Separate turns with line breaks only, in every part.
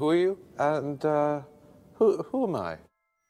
Who are you? And who am I?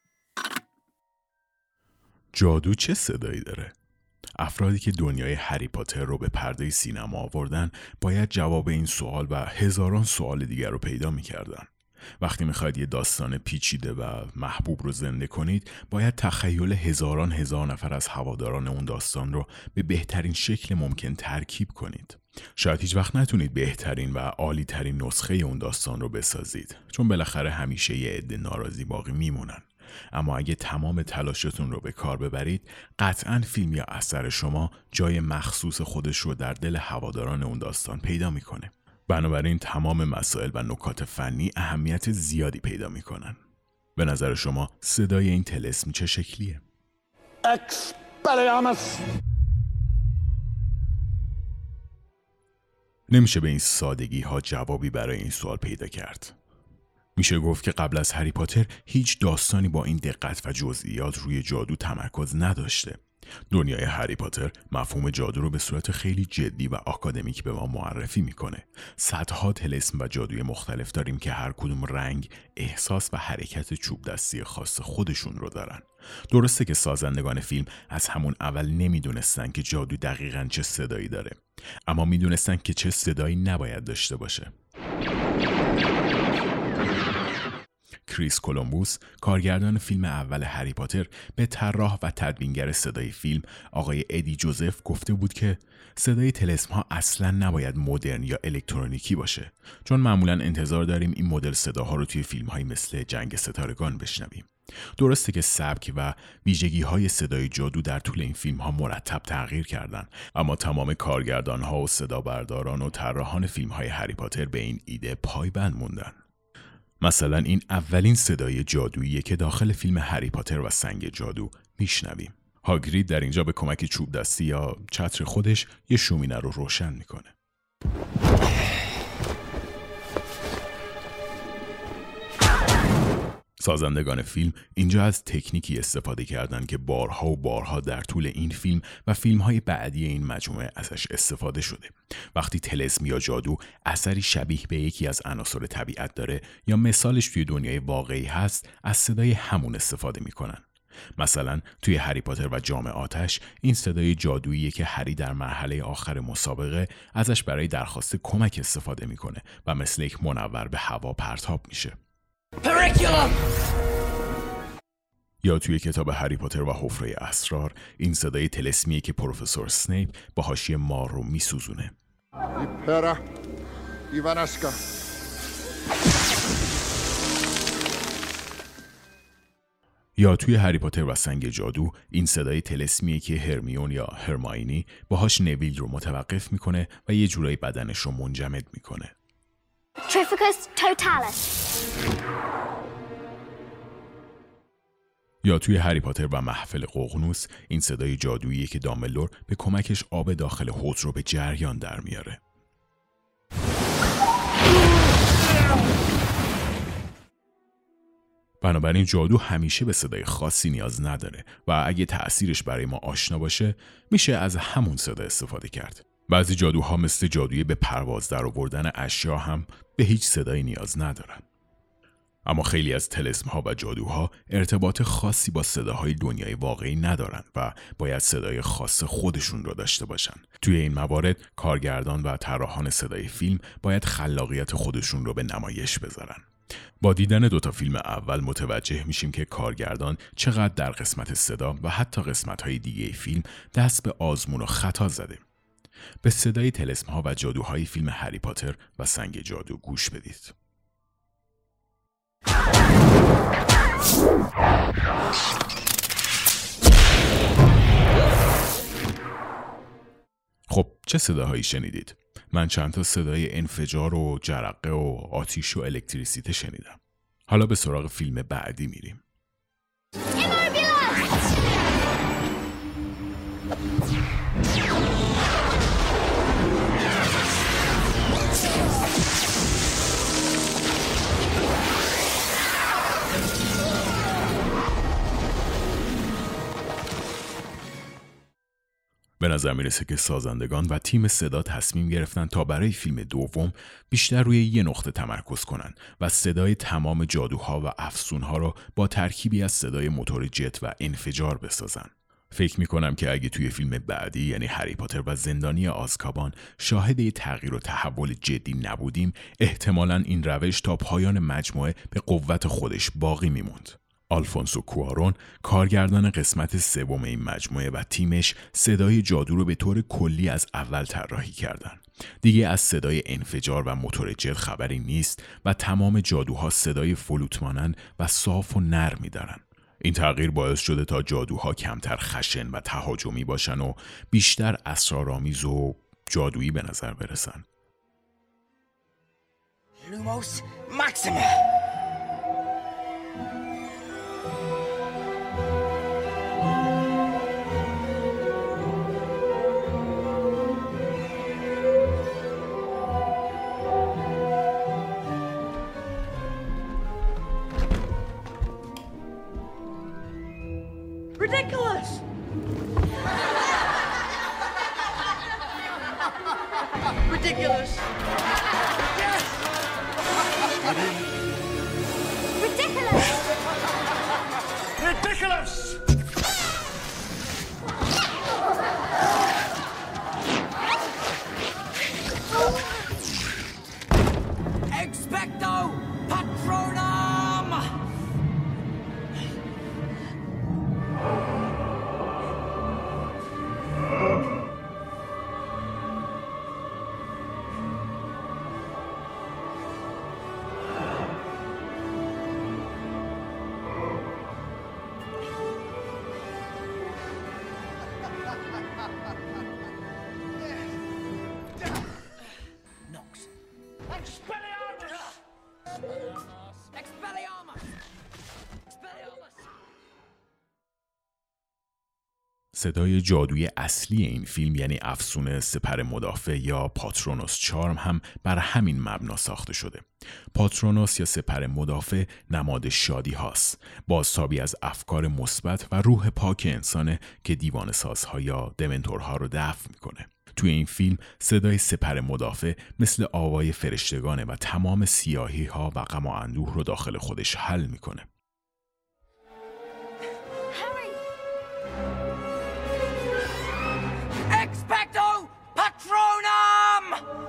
جادو چه صدایی داره؟ افرادی که دنیای هری پاتر رو به پرده سینما آوردن باید جواب این سوال و هزاران سوال دیگر رو پیدا می‌کردن. وقتی میخواید یه داستان پیچیده و محبوب رو زنده کنید باید تخیل هزاران نفر از هواداران اون داستان رو به بهترین شکل ممکن ترکیب کنید. شاید هیچ وقت نتونید بهترین و عالی ترین نسخه اون داستان رو بسازید، چون بالاخره همیشه یه عده ناراضی باقی میمونن. اما اگه تمام تلاشتون رو به کار ببرید قطعاً فیلم یا اثر شما جای مخصوص خودش رو در دل هواداران اون داستان پیدا میکنه. بنابراین تمام مسائل و نکات فنی اهمیت زیادی پیدا میکنن. به نظر شما صدای این طلسم چه شکلیه؟ نمیشه به این سادگی ها جوابی برای این سوال پیدا کرد. میشه گفت که قبل از هری پاتر هیچ داستانی با این دقت و جزئیات روی جادو تمرکز نداشته. دنیای هری پاتر مفهوم جادو رو به صورت خیلی جدی و آکادمیک به ما معرفی میکنه. صدها طلسم و جادوی مختلف داریم که هر کدوم رنگ، احساس و حرکت چوب دستی خاص خودشون رو دارن. درسته که سازندگان فیلم از همون اول نمیدونستن که جادو دقیقاً چه صدایی داره، اما میدونستن که چه صدایی نباید داشته باشه. کریس کولومبوس، کارگردان فیلم اول هری پاتر، به طراح و تدوینگر صدای فیلم آقای ادی جوزف گفته بود که صدای طلسم ها اصلاً نباید مدرن یا الکترونیکی باشه، چون معمولاً انتظار داریم این مدل صداها رو توی فیلم‌های مثل جنگ ستارگان بشنویم. درسته که سبک و ویژگی‌های صدای جادو در طول این فیلم‌ها مرتب تغییر کردن، اما تمام کارگردان‌ها و صدابرداران و طراحان فیلم‌های هری پاتر به این ایده پایبند موندن. مثلا این اولین صدای جادوییه که داخل فیلم هری پاتر و سنگ جادو میشنویم. هاگرید در اینجا به کمک چوب دستی یا چتر خودش یه شومینه رو روشن میکنه. سازندگان فیلم اینجا از تکنیکی استفاده کردن که بارها و بارها در طول این فیلم و فیلم‌های بعدی این مجموعه ازش استفاده شده. وقتی طلسم یا جادو اثری شبیه به یکی از عناصر طبیعت داره یا مثالش توی دنیای واقعی هست، از صدای همون استفاده میکنن. مثلا توی هری پاتر و جام آتش این صدای جادوییه که هری در مرحله آخر مسابقه ازش برای درخواست کمک استفاده میکنه و مثل یک منور به هوا پرتاب میشه. یا توی کتاب هری پاتر و حفره اسرار این صدای طلسمیه که پروفسور اسنیپ با حاشیه مار رو میسوزونه. یا توی هری پاتر و سنگ جادو این صدای طلسمیه که هرمیون یا هرماینی باهاش نویل رو متوقف میکنه و یه جورایی بدنش رو منجمد میکنه.
Trifficus totalis.
یا توی هری پاتر و محفل ققنوس این صدای جادوییه که دامبلدور به کمکش آب داخل حوض رو به جریان در میاره. بنابراین جادو همیشه به صدای خاصی نیاز نداره و اگه تأثیرش برای ما آشنا باشه میشه از همون صدا استفاده کرد. بعضی جادوها مثل جادوی به پرواز در آوردن اشیا هم به هیچ صدایی نیاز ندارن. اما خیلی از طلسم‌ها و جادوها ارتباط خاصی با صداهای دنیای واقعی ندارن و باید صدای خاص خودشون رو داشته باشن. توی این موارد کارگردان و طراحان صدای فیلم باید خلاقیت خودشون رو به نمایش بذارن. با دیدن دوتا فیلم اول متوجه میشیم که کارگردان چقدر در قسمت صدا و حتی قسمت‌های دیگه فیلم دست به آزمون و خطا زده. به صدای طلسم‌ها و جادوهای فیلم هری پاتر و سنگ جادو گوش بدید. خب چه صداهایی شنیدید؟ من چند تا صدای انفجار و جرقه و آتیش و الکتریسیته شنیدم. حالا به سراغ فیلم بعدی میریم. به نظر میرسه که سازندگان و تیم صدا تصمیم گرفتن تا برای فیلم دوم بیشتر روی یه نقطه تمرکز کنن و صدای تمام جادوها و افسونها رو با ترکیبی از صدای موتور جت و انفجار بسازن. فکر میکنم که اگه توی فیلم بعدی یعنی هری پاتر و زندانی آزکابان شاهد یه تغییر و تحول جدی نبودیم، احتمالاً این روش تا پایان مجموعه به قوت خودش باقی میموند. آلفونسو کوارون، کارگردان قسمت سوم این مجموعه و تیمش صدای جادو رو به طور کلی از اول طراحی کردن. دیگه از صدای انفجار و موتور جت خبری نیست و تمام جادوها صدای فلوت مانند و صاف و نرمی دارن. این تغییر باعث شده تا جادوها کمتر خشن و تهاجمی باشن و بیشتر اسرارآمیز و جادویی به نظر برسن.
لوموس ماکسیما.
Ridiculous! Ridiculous!
Yes!
Ridiculous!
Ridiculous! Expecto Patronum!
صدای جادویی اصلی این فیلم یعنی افسون سپر مدافع یا پاترونوس چارم هم بر همین مبنا ساخته شده. پاترونوس یا سپر مدافع نماد شادی هاست، بازتابی از افکار مثبت و روح پاک انسانه که دیوانه سازها یا دمنتورها رو دفع میکنه. توی این فیلم صدای سپر مدافع مثل آوای فرشتگانه و تمام سیاهی ها و غم و اندوه رو داخل خودش حل میکنه.
Expecto Patronum!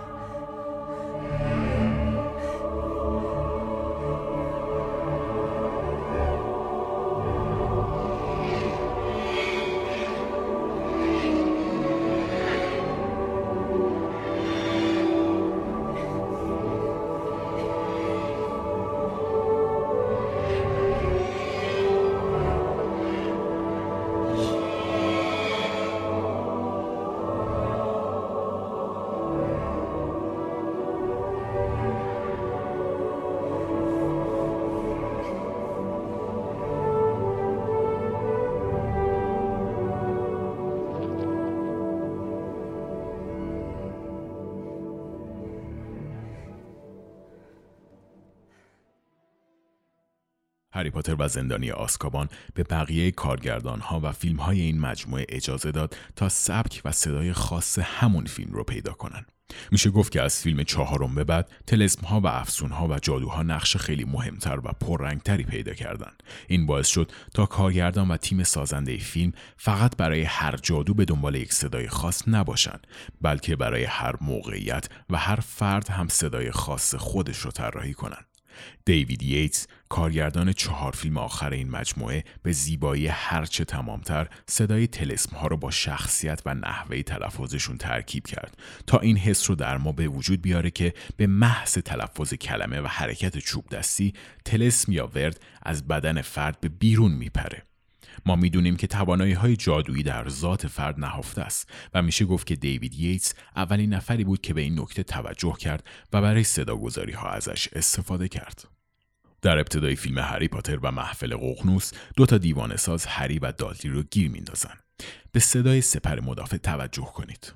هری پاتر و زندانی آزکابان به بقیه کارگردان‌ها و فیلم‌های این مجموعه اجازه داد تا سبک و صدای خاص همون فیلم رو پیدا کنن. میشه گفت که از فیلم چهارم به بعد طلسم‌ها و افسون‌ها و جادوها نقش خیلی مهمتر و پررنگتری پیدا کردن. این باعث شد تا کارگردان و تیم سازنده فیلم فقط برای هر جادو به دنبال یک صدای خاص نباشن، بلکه برای هر موقعیت و هر فرد هم صدای خاص خودش رو طراحی کنن. دیوید ییتس، کارگردان 4 فیلم آخر این مجموعه، به زیبایی هرچه تمامتر صدای طلسم‌ها رو با شخصیت و نحوه تلفظشون ترکیب کرد تا این حس رو در ما به وجود بیاره که به محض تلفظ کلمه و حرکت چوب دستی طلسم یا ورد از بدن فرد به بیرون میپره. ما میدونیم که توانایی‌های جادویی در ذات فرد نهفته است و میشه گفت که دیوید ییتس اولین نفری بود که به این نکته توجه کرد و برای صداگذاری‌ها ازش استفاده کرد. در ابتدای فیلم هری پاتر و محفل ققنوس 2 دیوانه ساز هری و دادلی رو گیر میندازن. به صدای سپر مدافع توجه کنید.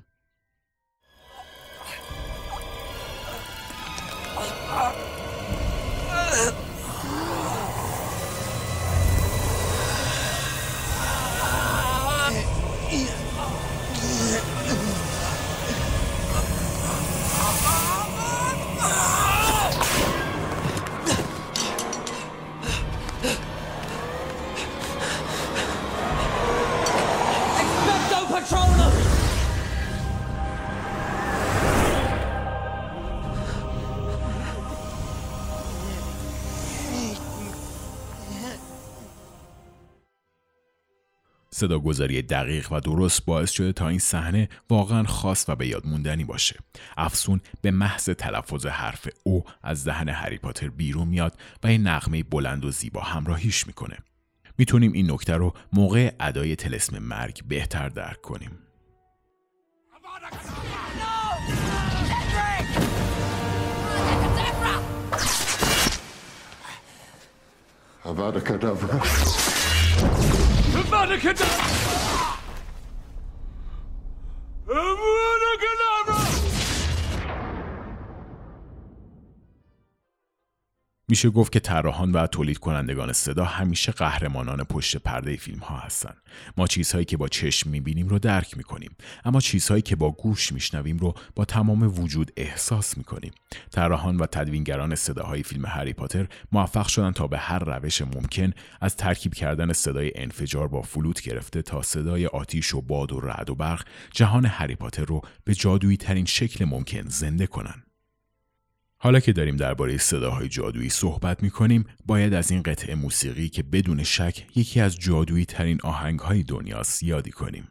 صداگذاری دقیق و درست باعث شده تا این صحنه واقعا خاص و به یاد موندنی باشه. افسون به محض تلفظ حرف او از دهن هری پاتر بیرون میاد و یه نغمه بلند و زیبا همراهیش میکنه. میتونیم این نکته رو موقع ادای طلسم مرگ بهتر درک کنیم.
Avada Kedavra.
Avada Kedavra! Avada Kedavra!
میشه گفت که طراحان و تولید کنندگان صدا همیشه قهرمانان پشت پرده فیلم ها هستن. ما چیزهایی که با چشم میبینیم رو درک میکنیم، اما چیزهایی که با گوش میشنویم رو با تمام وجود احساس میکنیم. طراحان و تدوینگران صداهای فیلم هری پاتر موفق شدن تا به هر روش ممکن، از ترکیب کردن صدای انفجار با فلوت گرفته تا صدای آتش و باد و رعد و برق، جهان هری پاتر رو به جادویی ترین شکل ممکن زنده کنن. حالا که داریم درباره صداهای جادویی صحبت می‌کنیم، باید از این قطعه موسیقی که بدون شک یکی از جادویی ترین آهنگ‌های دنیاست یادی کنیم.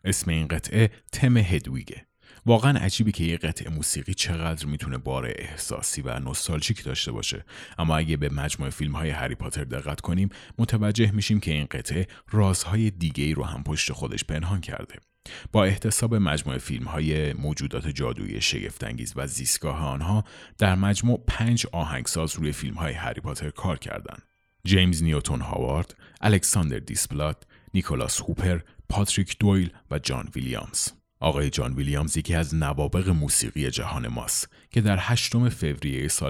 اسم این قطعه تم هدویگه. واقعا عجیبه که یه قطعه موسیقی چقدر میتونه بار احساسی و نوستالژیک داشته باشه، اما اگه به مجموعه فیلم‌های هری پاتر دقت کنیم متوجه میشیم که این قطعه رازهای دیگه‌ای رو هم پشت خودش پنهان کرده. با احتساب مجموعه فیلم‌های موجودات جادویی شگفت‌انگیز و زیستگاه آنها، در مجموع 5 آهنگساز روی فیلم‌های هری پاتر کار کردند. جیمز نیوتن هاوارد، الکساندر دیسپلات، نیکولاس هوپر، پاتریک دویل و جان ویلیامز. آقای جان ویلیامز یکی از نوابغ موسیقی جهان ماست که در 8 فوریه سال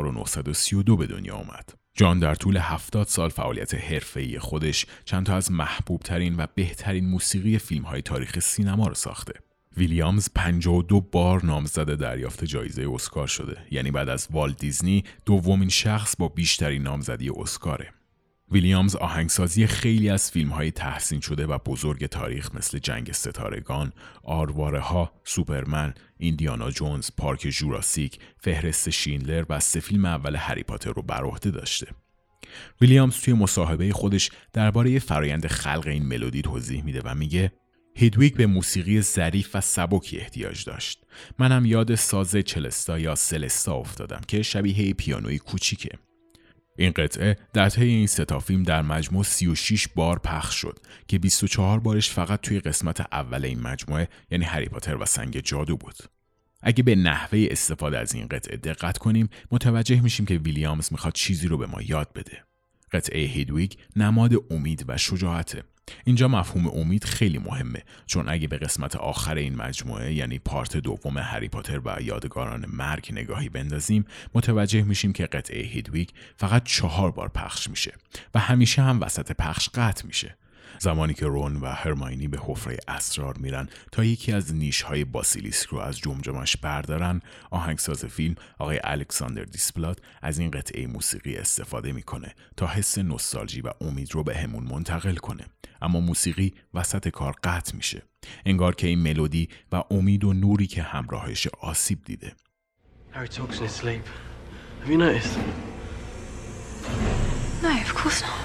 1932 به دنیا آمد. جان در طول 70 سال فعالیت حرفه‌ای خودش چند تا از محبوبترین و بهترین موسیقی فیلم‌های تاریخ سینما رو ساخته. ویلیامز 52 بار نامزد دریافت جایزه اسکار شده، یعنی بعد از والت دیزنی دومین شخص با بیشترین نامزدی اسکاره. ویلیامز آهنگسازی خیلی از فیلم‌های تحسین شده و بزرگ تاریخ مثل جنگ ستارگان، آرواره‌ها، سوپرمن، ایندیانا جونز، پارک جوراسیک، فهرست شیندلر و 3 فیلم اول هری پاتر رو بر عهده داشته. ویلیامز توی مصاحبه خودش درباره فرایند خلق این ملودی توضیح میده و میگه هدویگ به موسیقی ظریف و سبکی احتیاج داشت. منم یاد ساز چلستا یا سلستا افتادم که شبیه پیانوی کوچیکه. این قطعه در طی این 3 فیلم در مجموع 36 بار پخش شد که 24 بارش فقط توی قسمت اول این مجموعه، یعنی هری پاتر و سنگ جادو بود. اگه به نحوه استفاده از این قطعه دقت کنیم متوجه میشیم که ویلیامز میخواد چیزی رو به ما یاد بده. قطعه هدویگ نماد امید و شجاعته. اینجا مفهوم امید خیلی مهمه، چون اگه به قسمت آخر این مجموعه، یعنی پارت دوم هری پاتر و یادگاران مرگ نگاهی بندازیم، متوجه میشیم که قطعه هدویگ فقط 4 بار پخش میشه و همیشه هم وسط پخش قطع میشه. زمانی که رون و هرماینی به حفره اسرار میرن تا یکی از نیش‌های باسیلیسک رو از جمجمش بردارن، آهنگساز فیلم آقای الکساندر دیسپلات از این قطعه موسیقی استفاده میکنه تا حس نوستالژی و امید رو به همون منتقل کنه. اما موسیقی وسط کار قطع میشه، انگار که این ملودی و امید و نوری که همراهش آسیب دیده.
Harry talks in his sleep. Have you noticed?
No, of course not.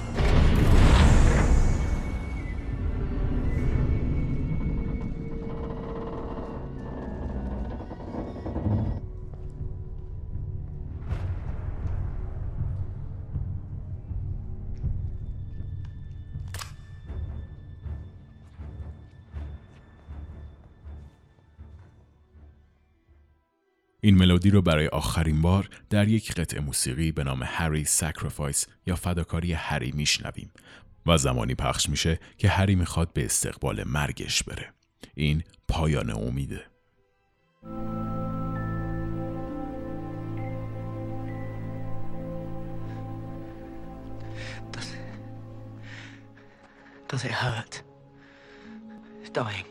این ملودی رو برای آخرین بار در یک قطعه موسیقی به نام هری ساکریفایس یا فداکاری هری میشنویم و زمانی پخش میشه که هری میخواد به استقبال مرگش بره. این پایان امیده.
Does it hurt? Dying.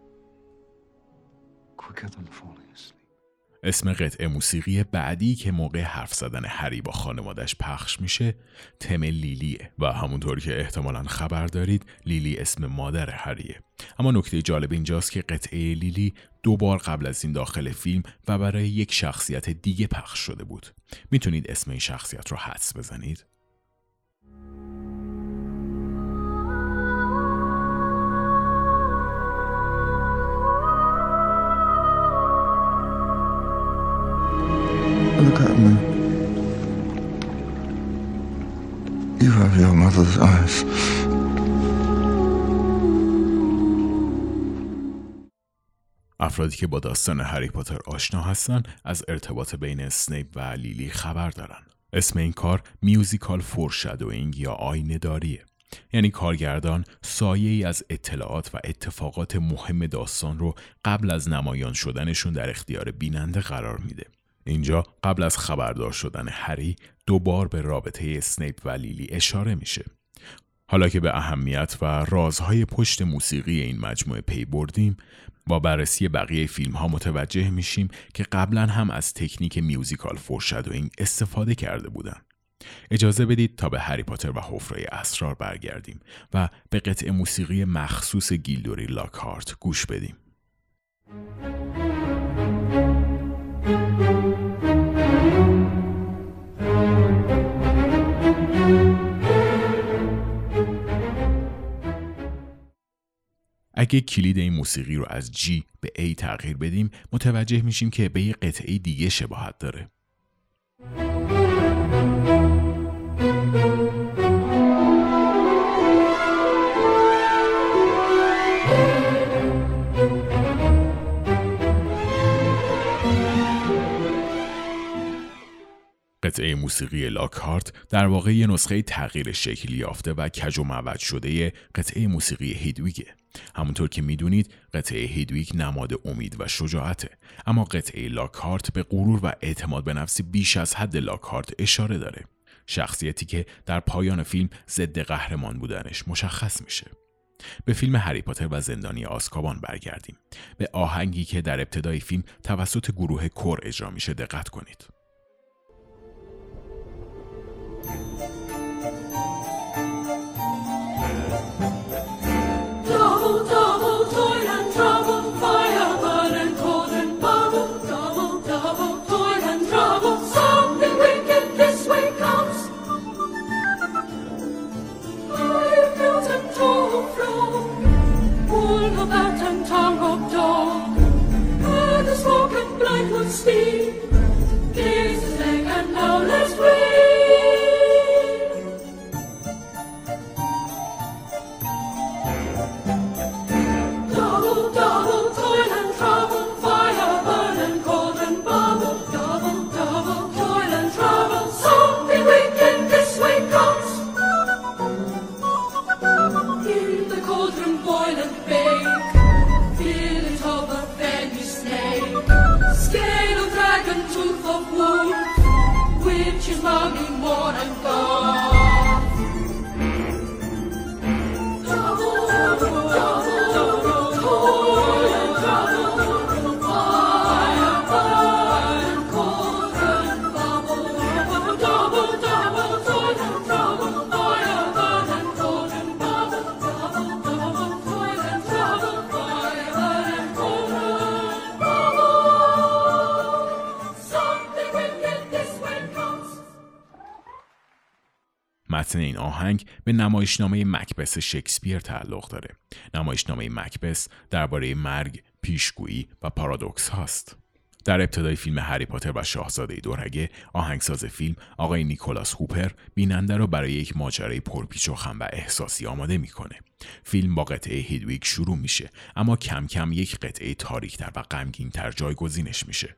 Quicker than falling asleep.
اسم قطعه موسیقی بعدی که موقع حرف زدن هری با خانوادش پخش میشه تم لیلیه و همونطور که احتمالاً خبر دارید لیلی اسم مادر هریه. اما نکته جالب اینجاست که قطعه لیلی 2 بار قبل از این داخل فیلم و برای یک شخصیت دیگه پخش شده بود. میتونید اسم این شخصیت رو حدس بزنید؟
Look at me. You have your mother's eyes.
افرادی که با داستان هری پاتر آشنا هستن از ارتباط بین اسنیپ و لیلی خبر دارن. اسم این کار میوزیکال فورشادوینگ یا آینه داریه. یعنی کارگردان سایه‌ای از اطلاعات و اتفاقات مهم داستان رو قبل از نمایان شدنشون در اختیار بیننده قرار میده. اینجا قبل از خبردار شدن هری 2 بار به رابطه اسنیپ و لیلی اشاره میشه. حالا که به اهمیت و رازهای پشت موسیقی این مجموعه پی بردیم، با بررسی بقیه فیلم ها متوجه میشیم که قبلا هم از تکنیک میوزیکال فورشادوینگ استفاده کرده بودن. اجازه بدید تا به هری پاتر و حفره اسرار برگردیم و به قطعه موسیقی مخصوص گیلدوری لاکهارت گوش بدیم. اگه کلید این موسیقی رو از G به A تغییر بدیم متوجه میشیم که به یه قطعه دیگه شباهت داره. قطعه موسیقی لاکهارت در واقع یه نسخه تغییر شکل یافته و کج و معوج شده قطعه موسیقی هیدویگه. همونطور که میدونید قطعه هیدویگ نماد امید و شجاعته، اما قطعه لاکهارت به غرور و اعتماد به نفس بیش از حد لاکهارت اشاره داره. شخصیتی که در پایان فیلم ضد قهرمان بودنش مشخص میشه. به فیلم هری پاتر و زندانی آزکابان برگردیم. به آهنگی که در ابتدای فیلم توسط گروه کور اجرا میشه دقت کنید. متن این آهنگ به نمایشنامه مکبث شکسپیر تعلق داره. نمایشنامه مکبث درباره مرگ، پیشگویی و پارادوکس هاست. در ابتدای فیلم هری پاتر و شاهزاده دورگه، آهنگساز فیلم آقای نیکولاس هوپر بیننده را برای یک ماجرای پرپیچ و خم و احساسی آماده میکنه. فیلم با قطعه هیدویگ شروع میشه، اما کم کم یک قطعه تاریک‌تر و غمگین‌تر جایگزینش میشه.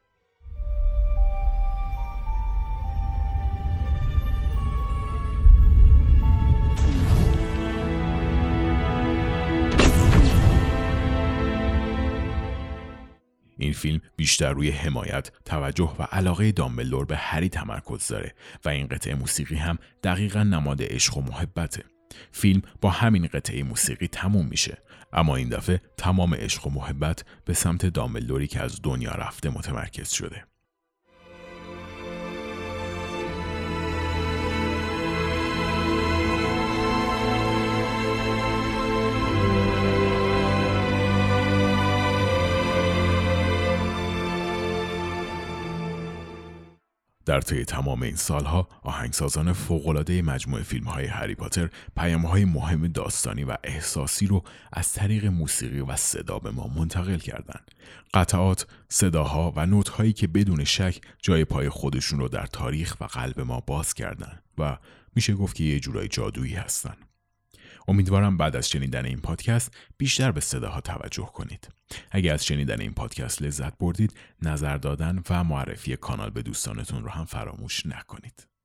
این فیلم بیشتر روی حمایت، توجه و علاقه دامبلدور به هری تمرکز داره و این قطعه موسیقی هم دقیقاً نماد عشق و محبته. فیلم با همین قطعه موسیقی تموم میشه، اما این دفعه تمام عشق و محبت به سمت دامبلدوری که از دنیا رفته متمرکز شده. در طی تمام این سالها آهنگسازان فوق‌العاده مجموعه فیلم‌های هری پاتر پیام‌های مهم داستانی و احساسی رو از طریق موسیقی و صدا به ما منتقل کردند. قطعات، صداها و نوت‌هایی که بدون شک جای پای خودشون رو در تاریخ و قلب ما باز کردن و میشه گفت که یه جورای جادویی هستن. امیدوارم بعد از شنیدن این پادکست بیشتر به صداها توجه کنید. اگر از شنیدن این پادکست لذت بردید، نظر دادن و معرفی کانال به دوستانتون رو هم فراموش نکنید.